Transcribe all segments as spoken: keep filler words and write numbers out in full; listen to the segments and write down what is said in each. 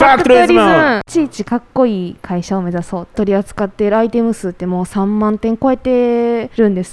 ァクトリズム。 いちいちかっこいい会社を目指そう。取り扱っているアイテム数ってもうさんまんてん超えてるんです。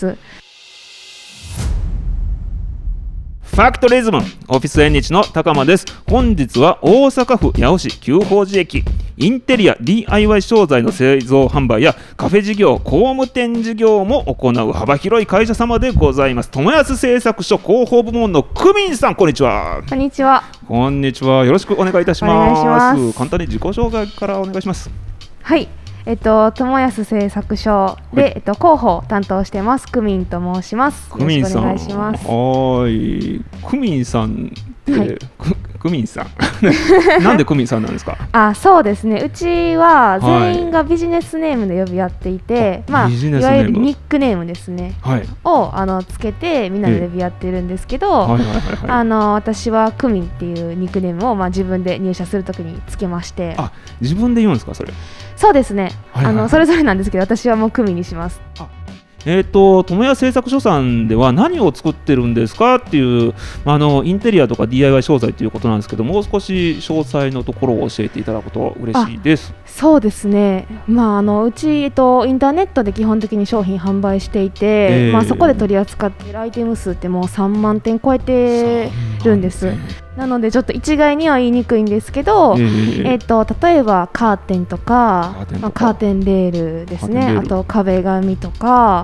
ファクトリズムオフィス縁日の高間です。本日は大阪府八尾市久宝寺駅、インテリア ディーアイワイ 商材の製造販売やカフェ事業、工務店事業も行う幅広い会社様でございます。友安製作所広報部門のクミンさん、こんにちは。 こんにちは。 こんにちは。よろしくお願いいたします。 お願いします。 簡単に自己紹介からお願いします。 はい、えっと、友安製作所で、はい、えっと、広報を担当してますクミンと申します。 クミンさん、 よろしくお願いします。 はい、クミンさんって、はい、ク, クミンさんなんでクミンさんなんですか？ あ、そうですね、うちは全員がビジネスネームで呼び合っていて、はい、まあ、いわゆるニックネームですね、はい、をあのつけてみんなで呼び合ってるんですけど、あの私はクミンっていうニックネームを、まあ、自分で入社するときにつけまして。 あ、自分で言うんですかそれ？そうですね、 はいはいはい、あのそれぞれなんですけど、私はもうクミンにします。 あ、えーと、友安製作所さんでは何を作ってるんですかっていう、あのインテリアとか ディーアイワイ 商材ということなんですけど、もう少し詳細のところを教えていただくと嬉しいです。 そうですね、まあ、あのうち、えっと、インターネットで基本的に商品販売していて、えーまあ、そこで取り扱っているアイテム数ってもうさんまんてん超えてるんです。なのでちょっと一概には言いにくいんですけど、えーえー、と例えばカーテンとか、カーテンとか、まあ、カーテンレールですね、あと壁紙とか、はい、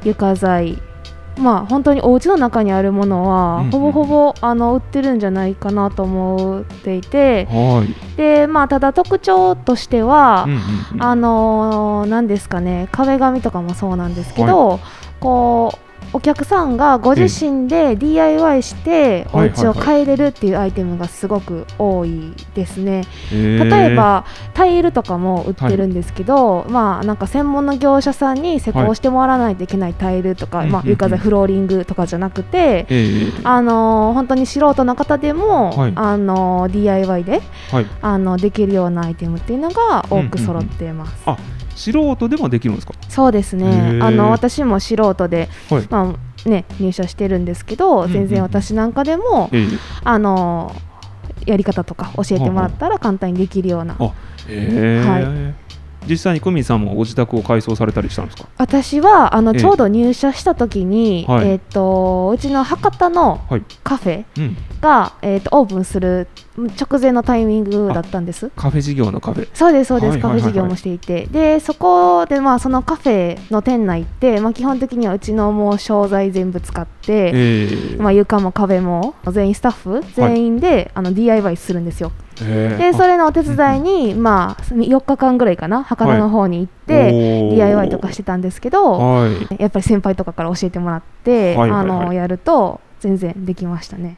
床材、まあ、本当にお家の中にあるものは、うんうん、ほぼほぼあの売ってるんじゃないかなと思っていて、はい、でまあ、ただ特徴としては、うんうんうん、あのー、何ですかね、壁紙とかもそうなんですけど、はい、こうお客さんがご自身で ディーアイワイ してお家を変えれるっていうアイテムがすごく多いですね。例えばタイルとかも売ってるんですけど、はい、まあ、なんか専門の業者さんに施工してもらわないといけないタイルとか、はい、まあ、床材、フローリングとかじゃなくて、あのー、本当に素人の方でも、はい、あのー、ディーアイワイ で、はい、あのできるようなアイテムっていうのが多く揃っています。 うんうんうん、あ、素人でもできるんですか？ そうですね、あの私も素人で、はい、まあね、入社してるんですけど、全然私なんかでも、うんうん、あのやり方とか教えてもらったら簡単にできるような。あ、 へー、はい、実際にクミンさんもご自宅を改装されたりしたんですか？ 私はあのちょうど入社した時に、えーえー、とうちの博多のカフェが、はい、えー、とオープンする直前のタイミングだったんです。 カフェ事業のカフェ。 そうですそうです、はいはいはいはい、カフェ事業もしていて、でそこで、まあ、そのカフェの店内って、まあ、基本的にはうちのもう商材全部使って、えーまあ、床も壁も全員スタッフ全員で、はい、あの ディーアイワイ するんですよ。でそれのお手伝いに、まあ、よっかかんぐらいかな、博多の方に行って、はい、ディーアイワイ とかしてたんですけど、はい、やっぱり先輩とかから教えてもらって、はいはいはい、あのやると全然できましたね。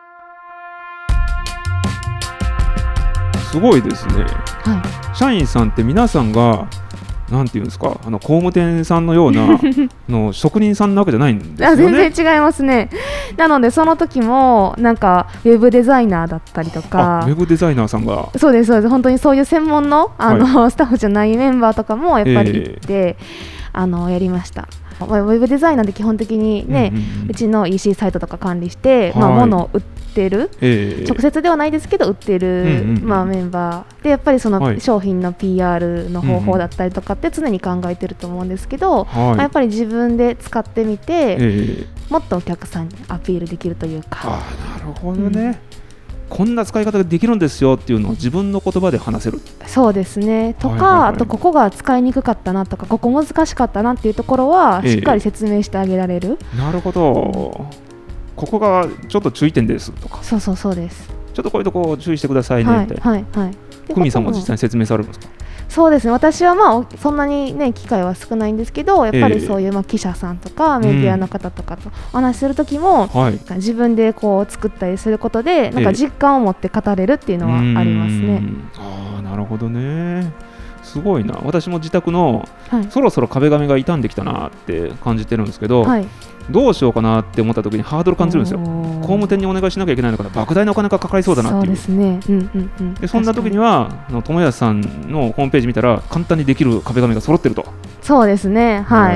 すごいですね、はい、社員さんって皆さんがなんていうんですか、あの工務店さんのようなの職人さんなわけじゃないんですよね。 全然違いますね。なのでその時もなんかウェブデザイナーだったりとか、 ウェブデザイナーさんが、 そうですそうです、本当にそういう専門の、あの、はい、スタッフじゃないメンバーとかもやっぱり行って、えー、あのやりました。ウェブデザイナーで基本的にね、うんうんうん、うちの イーシー サイトとか管理して、まあ、物を売ってる、えー、直接ではないですけど売ってる、うんうんうん、まあ、メンバーでやっぱりその商品の ピーアール の方法だったりとかって常に考えてると思うんですけど、はい、まあ、やっぱり自分で使ってみて、えー、もっとお客さんにアピールできるというか。 あ、なるほどね、うん、こんな使い方ができるんですよっていうのを自分の言葉で話せる。 そうですね、とか、はいはいはい、あとここが使いにくかったなとかここ難しかったなっていうところはしっかり説明してあげられる、 えー、なるほど、うん、ここがちょっと注意点ですとか、 そうそうそうです、 ちょっとこういうとこ注意してくださいねみたいな、はいはいはい、クミさんも実際に説明されるんですか？ そうですね、私はまあそんなにね機会は少ないんですけど、やっぱりそういうまあ記者さんとかメディアの方とかとお話しするときも、うん、自分でこう作ったりすることでなんか実感を持って語れるっていうのはありますね。 ああ、なるほどね、すごいな。私も自宅の、はい、そろそろ壁紙が傷んできたなって感じてるんですけど、はい、どうしようかなって思った時にハードル感じるんですよ。工務店にお願いしなきゃいけないのかな、莫大なお金がかかりそうだなっていう。 そうですね、うんうんうん、 でそんな時には友安さんのホームページ見たら簡単にできる壁紙が揃ってると。 そうですね、はい、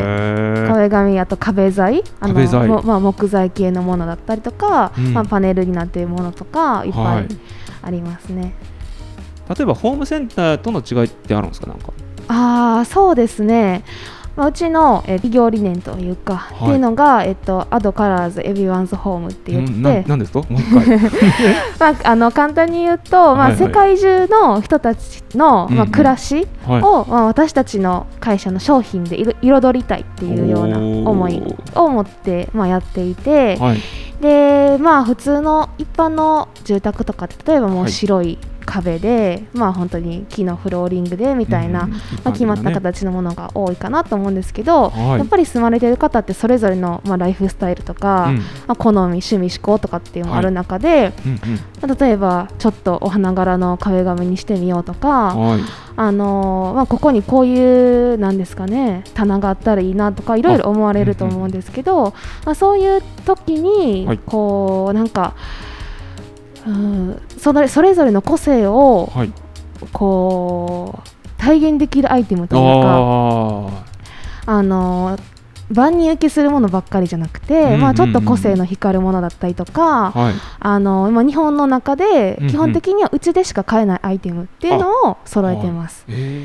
壁紙、あと壁材、あの壁材、まあ、木材系のものだったりとか、うん、まあ、パネルになっているものとかいっぱいありますね。 例えばホームセンターとの違いってあるんですか？なんかああ、そうですね。まあ、うちの、えー企業理念というか、 はいっていうのが、えっと、アドカラーズエビワンズホームって言って、 んななんですか？もう一回まあ、あの簡単に言うと、まあ、 はいはい世界中の人たちの、 うんうんまあ、暮らしはいを、まあ、私たちの会社の商品で彩彩りたいっていうような思いを持って、まあ、やっていて、 はいで、まあ、普通の一般の住宅とかって例えばもうはい白い壁で、まあ、本当に木のフローリングでみたいな、 うんうんまあ、決まった形のものが多いかなと思うんですけど、 はいやっぱり住まれてる方ってそれぞれの、まあ、ライフスタイルとか、 うんまあ、好み趣味思考とかっていうのもある中で、 うん例えばちょっとお花柄の壁紙にしてみようとうんか、 はいあのーまあ、ここにこういうなんですかね棚があったらいいなとかいろいろ思われると思うんですけど、まあ、そういう時にはいこうなんか、うんそれ、それぞれの個性をはいこう体現できるアイテムというか、 ああのー万人受けするものばっかりじゃなくて、 うんうんうんまあ、ちょっと個性の光るものだったりとか、 ーはいあのまあ、日本の中でうんうん基本的にはうちでしか買えないアイテムっていうのを揃えてます。 へー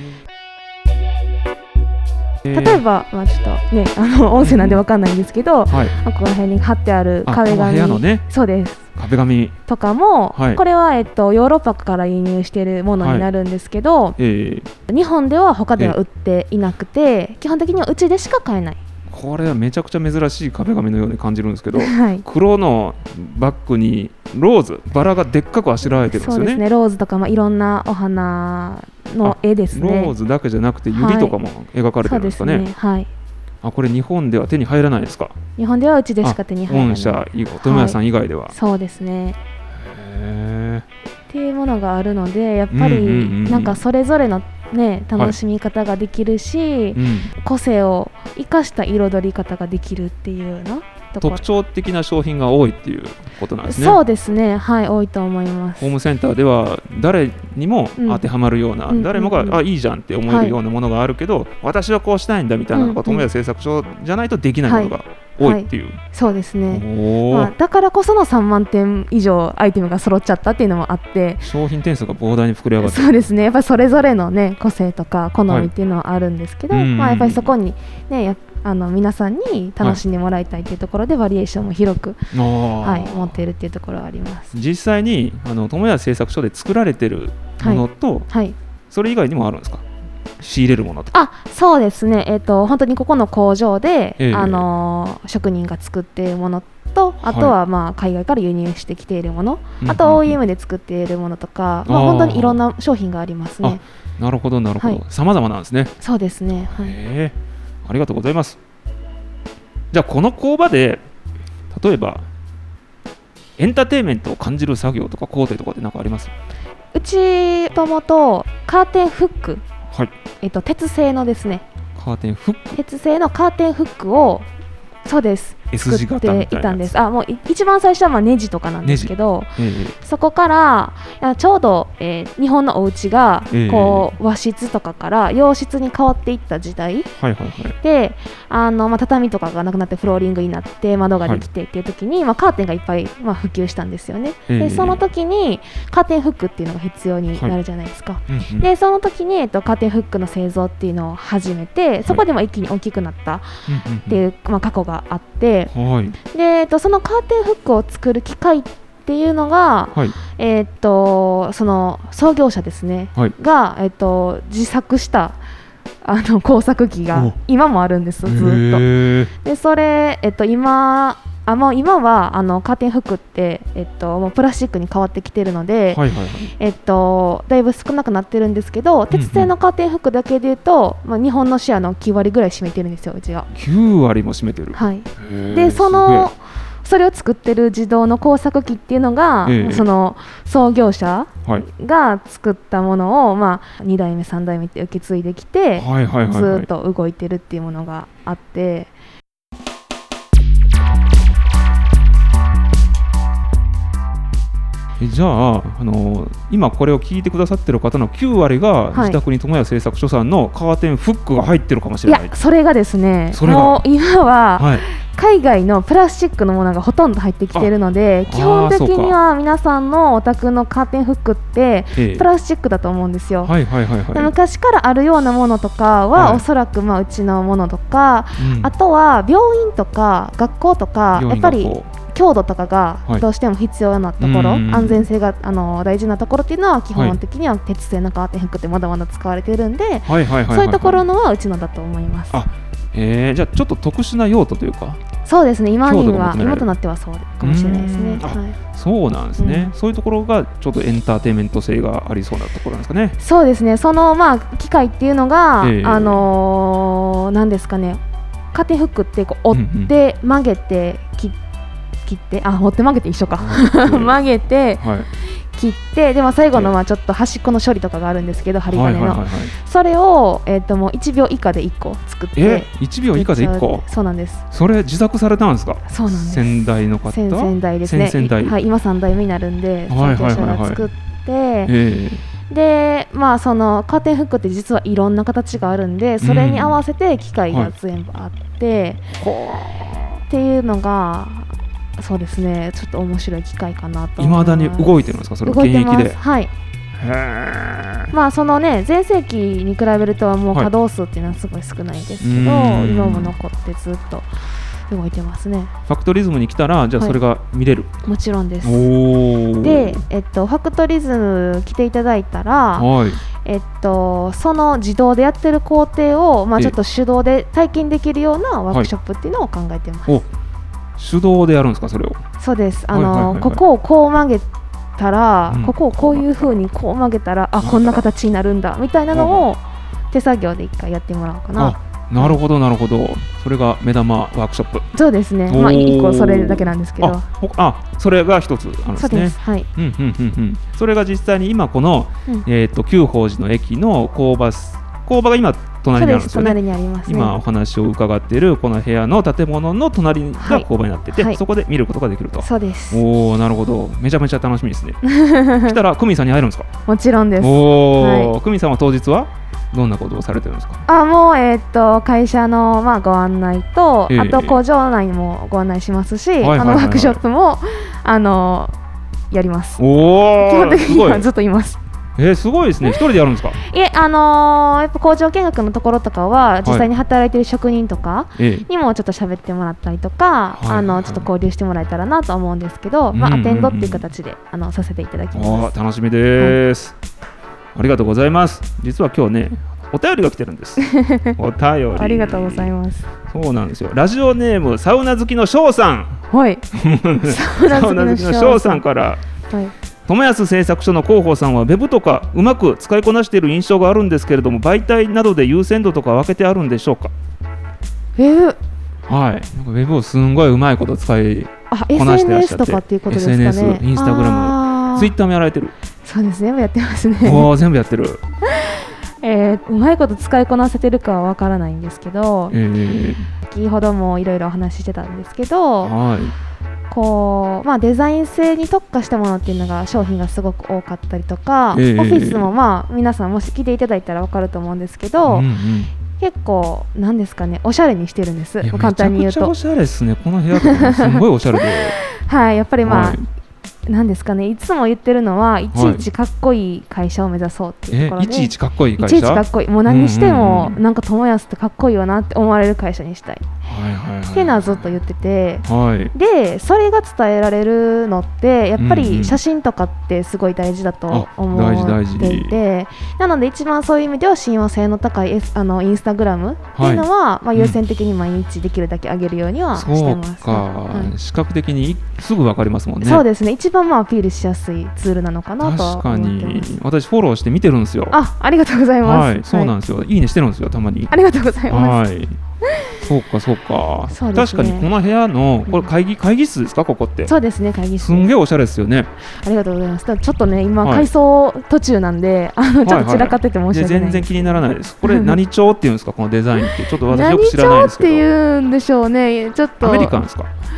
例えば、まあ、ちょっとねあの音声なんでわかんないんですけど、 はいまあ、ここら辺に貼ってあるあ壁この部屋の紙、 ねそうです壁紙とかも、 はいこれは、えっと、ヨーロッパから輸入しているものになるんですけど、 えー日本では他では売っていなくて、基本的にはうちでしか買えない、 これはめちゃくちゃ珍しい壁紙のように感じるんですけどはい、 黒のバッグにローズバラがでっかくあしらわれてるんですよね。 そうですね、ローズとか、まあ、いろんなお花の絵ですね。 ローズだけじゃなくて指とかも描かれてるんですかね。 そうですね、はい、 あこれ日本では手に入らないですか？ 日本ではうちでしか手に入らない。 御社以外富谷さん以外では、 そうですねへっていうものがあるので、やっぱりうんうんうんうんなんかそれぞれのね楽しみ方ができるし、 ーうん個性を生かした彩り方ができるっていうのところ特徴的な商品が多いっていうことなんですね。 そうですね、はい多いと思います。 ホームセンターでは誰にも当てはまるような、 うん誰もが、 うんうんうんあいいじゃんって思えるようなものがあるけど、私はこうしたいんだみたいなのがうんうん友谷製作所じゃないとできないものが多いっていう、 そうですね、 おーまあ、だからこそのさんまんてん以上アイテムが揃っちゃったっていうのもあって、 商品点数が膨大に膨れ上がってそうですね、やっぱりそれぞれの、ね、個性とか好みっていうのはあるんですけど、 はいうんうんうんまあ、やっぱりそこに、ね、やあの皆さんに楽しんでもらいたいというところで、バリエーションも広く、 あーはい、持っているっていうところはあります。 実際にあの友谷製作所で作られてるものと、 はい、 それ以外にもあるんですか？仕入れるものとか。 あそうですね、えー、と本当にここの工場で、 ええあのー職人が作っているものと、あとはまあ海外から輸入してきているもの、 うんあと オーイーエム で作っているものとか、まあ、 あー本当にいろんな商品がありますね。 なるほどなるほど、 はい様々なんですね。 そうですね、はい、 へーありがとうございます。じゃあこの工場で例えばエンターテインメントを感じる作業とか工程とかって何かあります？ うちもともとカーテンフック、 はい。 えっと、鉄製のですねカーテンフック鉄製のカーテンフックをそうです S 字作っ型みたいなていたんです。あもうい一番最初はまあネジとかなんですけど、 えそこからいやちょうど、えー日本のお家がええこう和室とかから洋室に変わっていった時代えはいはいはい。 で、あのまあ、畳とかがなくなってフローリングになって窓ができてっていう時に、まあ、カーテンがいっぱい、まあ、普及したんですよね。 ええでその時にカーテンフックっていうのが必要になるじゃないですか。 うんうんでその時に、えっと、カーテンフックの製造っていうのを始めて、そこでも一気に大きくなったうんうんっていう、まあ、過去があって、 うんはいで、えっと、そのカーテンフックを作る機械っていうのが、 はいえっとその創業者ですね、 はいが、えっと、自作したあの工作機おが今もあるんですずーっへーと。でそれ、えっと、今あもう今はあのカーテンフックって、えっと、もうプラスチックに変わってきてるので、 はいはいはいえっと、だいぶ少なくなってるんですけど、鉄製のカーテンフックだけでいうと、まあ、日本のシェアのきゅうわりぐらい占めてるんですよ、うちが。 きゅうわりも占めてる。 はい、 へーでそのそれを作ってる自動の工作機っていうのが、 ええその創業者すごいはいが作ったものを、まあ、にだいめさんだいめって受け継いできて、 はいはいはいはいずーっと動いてるっていうものがあって、 えじゃあ、あの今これを聞いてくださってる方のきゅう割が自宅に友也製作所さんのカーテンフックが入ってるかもしれない。 いやそれがですね、 それがもう今は、 はい、 海外のプラスチックのものがほとんど入ってきているので、基本的には皆さんのお宅のカーテンフックってプラスチックだと思うんですよ。 はいはいはいはい、 で昔からあるようなものとかは、はい、おそらくまあうちのものとか、うん、あとは病院とか学校とかやっぱり強度とかがどうしても必要なところ、はい、安全性があの大事なところっていうのは基本的には鉄製のカーテンフックってまだまだ使われているんで、そういうところのはうちのだと思います。 あ、えー、じゃあちょっと特殊な用途というか。 そうですね、今には今となってはそうかもしれないですね。はい、 そうなんですね、うん、そういうところがちょっとエンターテインメント性がありそうなところなんですかね。 そうですね、そのまあ機械っていうのが、えー、あのー、なんですかね、カーテンフックってこう折って曲げて切って、切ってあ折って曲げて一緒か曲げて、はい、切ってで、まあ、最後のまあちょっと端っこの処理とかがあるんですけど、針金のそれを、えー、ともういちびょう以下でいっこ作って。 えいちびょう以下でいっこ。 そうなんです。 それ自作されたんですか。 そうなんです。 先代の方。 先々代ですね。 先々代、 はい、今さん代目になるんで、 はいはいはいはい、 先代が作って、 えーでまあ、そのカーテンフックって実はいろんな形があるんで、それに合わせて機械が全部あって、うん、はい、っていうのがそうですね、ちょっと面白い機械かなと思います。 未だに動いてるんですか、それは現役で。 はい。へまあそのね、全盛期に比べるともう稼働数っていうのはすごい少ないんですけど、はい、今も残ってずっと動いてますね。 ファクトリズムに来たら、じゃあそれが見れる。 はい、もちろんです。 おで、えっと、ファクトリズム来ていただいたら、はい、えっと、その自動でやってる工程を、まあ、ちょっと手動で体験できるようなワークショップっていうのを考えてます。はい、 手動でやるんですか、それを。 そうです。あの、はいはいはいはい、ここをこう曲げたら、うん、ここをこういう風にこう曲げたら、あ、こんな形になるんだみたいなのを手作業で一回やってもらおうかな。 なるほどなるほど。それが目玉ワークショップ。 そうですね。まあ一個それだけなんですけど。 あ、あそれが一つあるんですね。 そうです。はい。 うんうんうんうん。それが実際に今この、うん、えっと久宝寺の駅の工場工場が今隣にあるんですよね。 隣にありますね。 今お話を伺っているこの部屋の建物の隣が工場になってて、はい、そこで見ることができると。 そうです。 おお、なるほど。めちゃめちゃ楽しみですね。来たら久美さんに会えるんですか。 もちろんです。 おお、はい、久美さんは当日はどんなことをされてるんですか。 あ、もう、えー、っと会社の、まあ、ご案内と、えー、あと工場内もご案内しますし、あのワークショップもあのやります。 おお、 基本的にはずっといます。 えー、すごいですね。一人でやるんですか。 いえ、あのー、やっぱ工場見学のところとかは実際に働いている職人とかにもちょっと喋ってもらったりとか、はい、あのちょっと交流してもらえたらなと思うんですけど、はい、まあ、アテンドっていう形であのさせていただきます。 楽しみです、はい、ありがとうございます。実は今日ね、お便りが来てるんです。お便りありがとうございます。 そうなんですよ。ラジオネームサウナ好きの翔さん。 はい。 サウナ好きの翔さんから、はい、友安製作所の広報さんはウェブとかうまく使いこなしている印象があるんですけれども、媒体などで優先度とか分けてあるんでしょうか。 ウェブ、はい、 なんかウェブをすんごいうまいこと使いこなしてらっしゃって、 エスエヌエス とかっていうことですかね。 エスエヌエス、インスタグラム、ツイッターもやられてる。 そうです、全部やってますね。 おー、全部やってる。 えー、うまいこと使いこなせてるかはわからないんですけど、えー、先ほどもいろいろお話ししてたんですけど、はい、こうまあ、デザイン性に特化したものっていうのが商品がすごく多かったりとか、えー、オフィスもまあ皆さんもし来ていただいたら分かると思うんですけど、うんうん、結構なんですかね、おしゃれにしてるんです。簡単に言うとめちゃくちゃおしゃれですね。この部屋とかすごいおしゃれではい、やっぱりまあ、はい、なんですかね、いつも言ってるのはいちいちかっこいい会社を目指そうっていうところで、 はい、いちいちかっこいい会社、 いちいちかっこいい、もう何してもなんか友安ってかっこいいよなって思われる会社にしたい、はいはいはい、っていうのはずっと言ってて、はい、でそれが伝えられるのってやっぱり写真とかってすごい大事だと思っていて、なので一番そういう意味では親和性の高い、S、あのインスタグラムっていうのは、はい、まあ、優先的に毎日できるだけ上げるようにはしてます。 そうか、はい、視覚的にすぐ分かりますもんね。 そうですね、一番まあアピールしやすいツールなのかなと思ってます。 確かに私フォローして見てるんですよ。 あ、ありがとうございます。 はい、そうなんですよ、はい、いいねしてるんですよ、たまに。 ありがとうございます。 はい、そうかそうか。 そうですね、 確かにこの部屋のこれ会議、会議室ですか、ここって。 そうですね、会議室すんげえおしゃれですよね。 ありがとうございます。ちょっとね今、はい、改装途中なんで、あのちょっと散らかってて申し訳ない、はいはい、 全然気にならないです。これ何調っていうんですか、このデザインって。ちょっと私よく知らないですけど。 何調っていうんでしょうね。ちょっとアメリカンですか。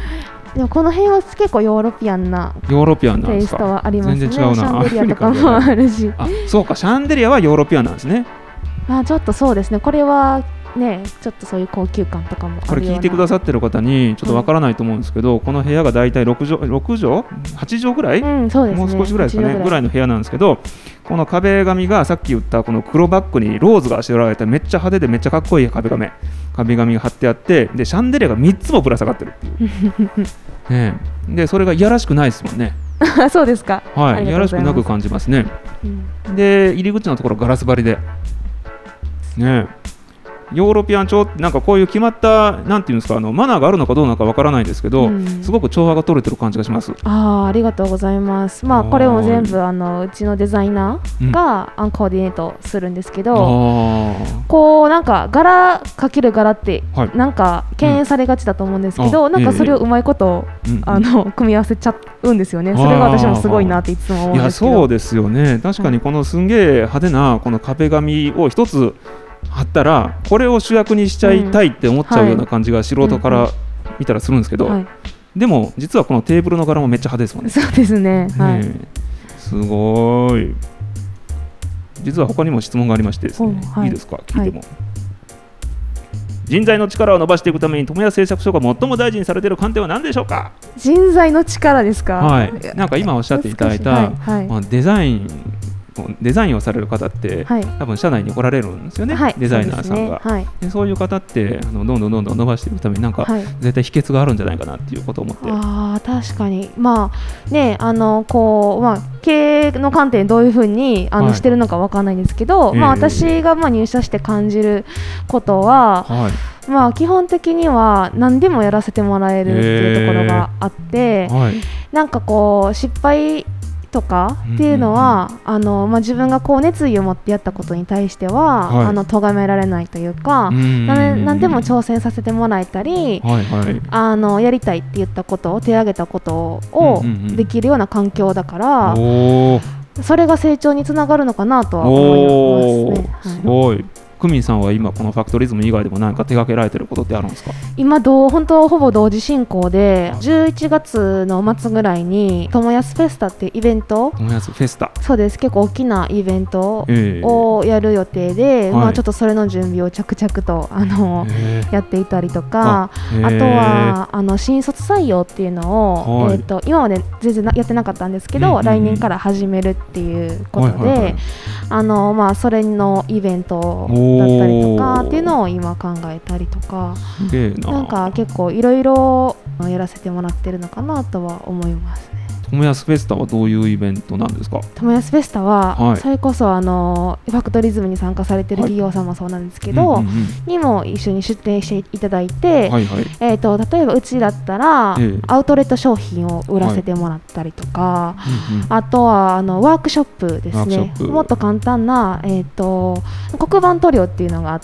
でもこの辺は結構ヨーロピアンなヨーロピアンなんテイスですか。 トはありますね。 全然違うな。 シャンデリアとかもあるしあ、そうか、シャンデリアはヨーロピアンなんですね。 まあちょっとそうですね、これはねちょっとそういう高級感とかもあるような。 これ聞いてくださってる方にちょっとわからないと思うんですけど、うん、この部屋がだいたいろく畳ろく畳はち畳ぐらい、 うんそうですね、 もう少しぐらいですかねはち畳ぐらいの部屋なんですけど、この壁紙がさっき言ったこの黒バッグにローズがあしらわれためっちゃ派手でめっちゃかっこいい壁紙壁紙が貼ってあって、でシャンデリアがみっつもぶら下がってるっていうね、でそれがいやらしくないですもんね。 そうですか。 はい、いやらしくなく感じますね、うん、で入り口のところガラス張りでね、ヨーロピアン調ってなんかこういう決まったなんていうんですか、あのマナーがあるのかどうなのかわからないですけど、うん、すごく調和が取れてる感じがします。 あ, ありがとうございます。まあこれも全部あのうちのデザイナーが、うん、コーディネートするんですけど、こうなんか柄かける柄ってなんか敬遠されがちだと思うんですけど、うん、なんかそれをうまいこと、ええ、あの組み合わせちゃうんですよね。それが私もすごいなっていつも思うんですけど。 いやそうですよね。確かにこのすんげえ派手なこの壁紙を一つ貼ったらこれを主役にしちゃいたいって思っちゃうような感じが素人から見たらするんですけど、うんうんはい、でも実はこのテーブルの柄もめっちゃ派手ですもんね。 そうですね、はい、 すごい。実は他にも質問がありましてですね、はい、いいですか聞いても、はい、人材の力を伸ばしていくために友谷製作所が最も大事にされている観点は何でしょうか。 人材の力ですか。 はい、なんか今おっしゃっていただいた、はいはいまあ、デザインデザインをされる方って、はい、多分社内に来られるんですよね、はい、デザイナーさんが。そうですね、はい、でそういう方ってあのどんどんどんどん伸ばしていくためになんか、はい、絶対秘訣があるんじゃないかなっていうことを思って。 あ確かに、まあねあのこうまあ、経営の観点どういうふうにあの、はい、してるのかわからないんですけど、まあ、私がまあ入社して感じることは、はいまあ、基本的には何でもやらせてもらえるっていうところがあって、はい、なんかこう失敗とかっていうのは、うんうんうんあのまあ、自分がこう熱意を持ってやったことに対しては、はい、あの咎められないというか、うんうんうん、何でも挑戦させてもらえたり、はいはい、あのやりたいって言ったことを手挙げたことをできるような環境だから、うんうんうん、それが成長につながるのかなとは思いますね。はい、 すごい。クミンさんは今このファクトリズム以外でも何か手掛けられてることってあるんですか。 今どう本当ほぼ同時進行でじゅういちがつの末ぐらいに友安フェスタっていうイベント友安フェスタそうです結構大きなイベントをやる予定で、えーまあ、ちょっとそれの準備を着々とあの、えー、やっていたりとか あ,、えー、あとはあの新卒採用っていうのを、はいえー、と今まで全然やってなかったんですけど、うんうんうん、来年から始めるっていうことで、はいはいはいあのまあ、それのイベントだったりとかっていうのを今考えたりとかな, なんか結構いろいろやらせてもらってるのかなとは思いますね。 友安フェスタはどういうイベントなんですか。 友安フェスタは、はい、それこそあのファクトリズムに参加されてる企業さんもそうなんですけど、はいうんうんうん、にも一緒に出展していただいて、はいはいえー、と例えばうちだったら、えー、アウトレット商品を売らせてもらったりとか、はいうんうん、あとはあのワークショップですね。もっと簡単な、えー、と黒板塗料っていうのがあって、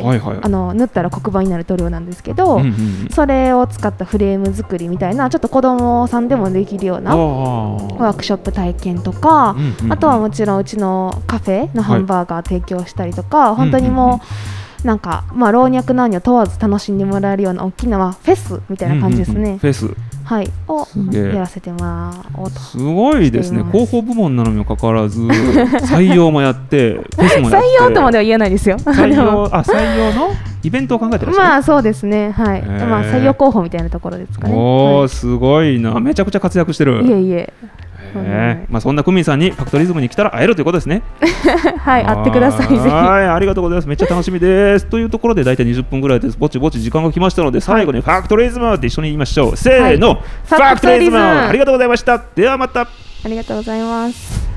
はいはい、あの塗ったら黒板になる塗料なんですけど、うんうんうん、それを使ったフレーム作りみたいなちょっと子供さんでもできるようなワークショップ体験とか、うんうんうん、あとはもちろんうちのカフェのハンバーガー提供したりとか、はい、本当にもう、うんうんうんなんかまあ老若男女問わず楽しんでもらえるような大きな、まあ、フェスみたいな感じですね、うんうんうん、 フェスはいをやらせてもらおうとすごいですね。広報部門なのにもかかわらず採用もやってフェスもやって採用とまでは言えないですよ採用あ採用のイベントを考えてらっしゃる。 まあそうですねはい、まあ、採用候補みたいなところですかね。 おー、 はい、 すごいな。めちゃくちゃ活躍してる。 いえいええーまあ、そんなクミンさんにファクトリズムに来たら会えるということですねはい会ってくださいぜひ。 はいありがとうございます。めっちゃ楽しみですというところでだいたいにじゅっぷんぐらいです。ぼちぼち時間が来ましたので最後にファクトリズムって一緒に言いましょう、はい、せーの、はい、ファクトリズムありがとうございました。ではまた。 ありがとうございます。